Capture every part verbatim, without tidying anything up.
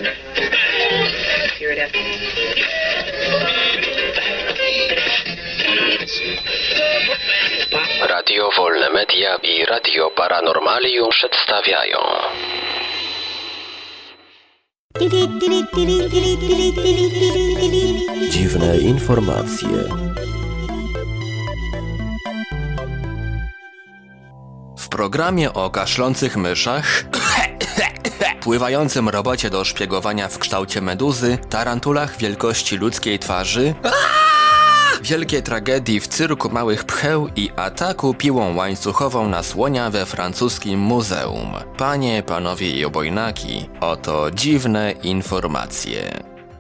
Radio Wolne Media i Radio Paranormalium przedstawiają Dziwne informacje. W programie o kaszlących myszach, pływającym robocie do szpiegowania w kształcie meduzy, tarantulach wielkości ludzkiej twarzy, wielkiej tragedii w cyrku małych pcheł i ataku piłą łańcuchową na słonia we francuskim muzeum. Panie, panowie i obojnaki, oto dziwne informacje.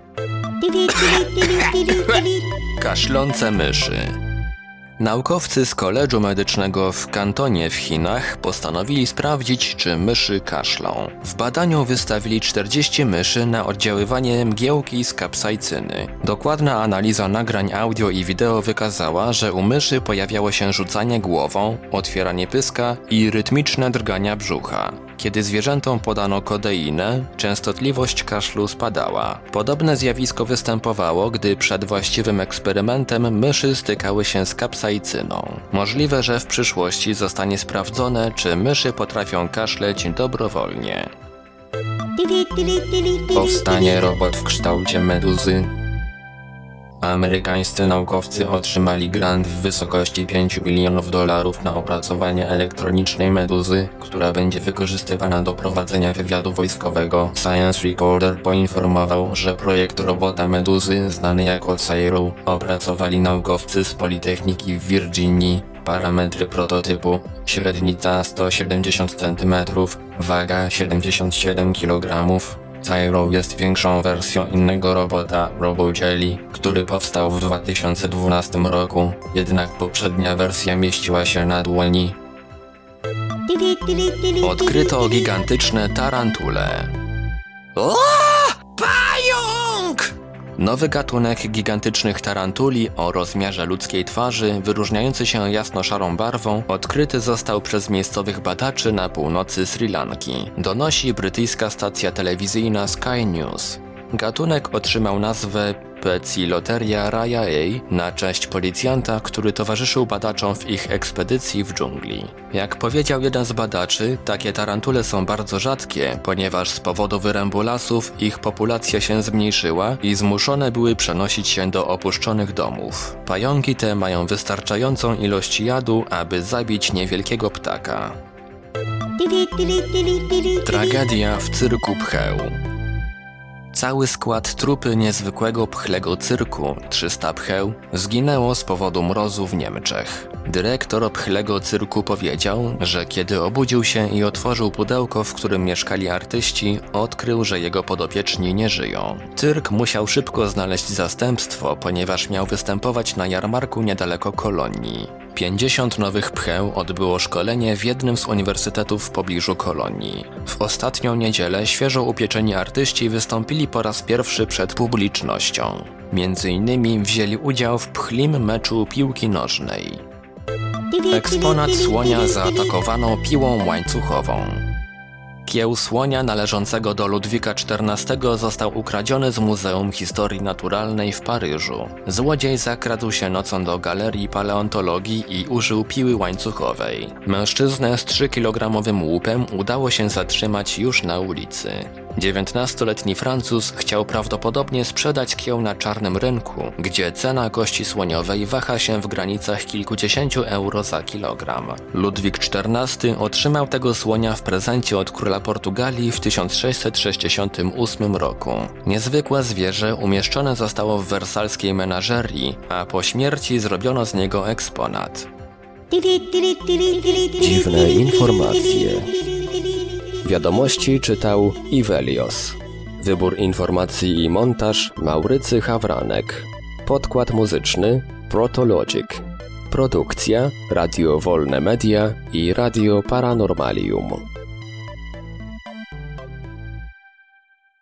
Kaszlące myszy. Naukowcy z Koledżu Medycznego w Kantonie w Chinach postanowili sprawdzić, czy myszy kaszlą. W badaniu wystawili czterdzieści myszy na oddziaływanie mgiełki z kapsaicyny. Dokładna analiza nagrań audio i wideo wykazała, że u myszy pojawiało się rzucanie głową, otwieranie pyska i rytmiczne drgania brzucha. Kiedy zwierzętom podano kodeinę, częstotliwość kaszlu spadała. Podobne zjawisko występowało, gdy przed właściwym eksperymentem myszy stykały się z kapsaicyną. Możliwe, że w przyszłości zostanie sprawdzone, czy myszy potrafią kaszleć dobrowolnie. Powstanie robot w kształcie meduzy. Amerykańscy naukowcy otrzymali grant w wysokości pięć milionów dolarów na opracowanie elektronicznej meduzy, która będzie wykorzystywana do prowadzenia wywiadu wojskowego. Science Reporter poinformował, że projekt robota meduzy, znany jako Cairo, opracowali naukowcy z Politechniki w Virginii. Parametry prototypu: średnica sto siedemdziesiąt centymetrów, waga siedemdziesiąt siedem kilogramów. Cairo jest większą wersją innego robota, RoboJelly, który powstał w dwa tysiące dwunastym roku, jednak poprzednia wersja mieściła się na dłoni. Odkryto gigantyczne tarantule. O! Pająk! Nowy gatunek gigantycznych tarantuli o rozmiarze ludzkiej twarzy, wyróżniający się jasno-szarą barwą, odkryty został przez miejscowych badaczy na północy Sri Lanki. Donosi brytyjska stacja telewizyjna Sky News. Gatunek otrzymał nazwę Peciloteria rayaei na cześć policjanta, który towarzyszył badaczom w ich ekspedycji w dżungli. Jak powiedział jeden z badaczy, takie tarantule są bardzo rzadkie, ponieważ z powodu wyrębu lasów ich populacja się zmniejszyła i zmuszone były przenosić się do opuszczonych domów. Pająki te mają wystarczającą ilość jadu, aby zabić niewielkiego ptaka. Tragedia w cyrku pcheł. Cały skład trupy niezwykłego pchlego cyrku, trzysta pcheł, zginęło z powodu mrozu w Niemczech. Dyrektor pchlego cyrku powiedział, że kiedy obudził się i otworzył pudełko, w którym mieszkali artyści, odkrył, że jego podopieczni nie żyją. Cyrk musiał szybko znaleźć zastępstwo, ponieważ miał występować na jarmarku niedaleko Kolonii. pięćdziesiąt nowych pcheł odbyło szkolenie w jednym z uniwersytetów w pobliżu Kolonii. W ostatnią niedzielę świeżo upieczeni artyści wystąpili po raz pierwszy przed publicznością. Między innymi wzięli udział w pchlim meczu piłki nożnej. Eksponat słonia zaatakowano piłą łańcuchową. Kieł słonia należącego do Ludwika czternastego został ukradziony z Muzeum Historii Naturalnej w Paryżu. Złodziej zakradł się nocą do Galerii Paleontologii i użył piły łańcuchowej. Mężczyznę z trzykilogramowym łupem udało się zatrzymać już na ulicy. dziewiętnastoletni Francuz chciał prawdopodobnie sprzedać kieł na czarnym rynku, gdzie cena kości słoniowej waha się w granicach kilkudziesięciu euro za kilogram. Ludwik czternasty otrzymał tego słonia w prezencie od króla Portugalii w tysiąc sześćset sześćdziesiątym ósmym roku. Niezwykłe zwierzę umieszczone zostało w wersalskiej menażerii, a po śmierci zrobiono z niego eksponat. Dziwne informacje. Wiadomości czytał Ivelios. Wybór informacji i montaż Maurycy Hawranek. Podkład muzyczny Protologic. Produkcja Radio Wolne Media i Radio Paranormalium.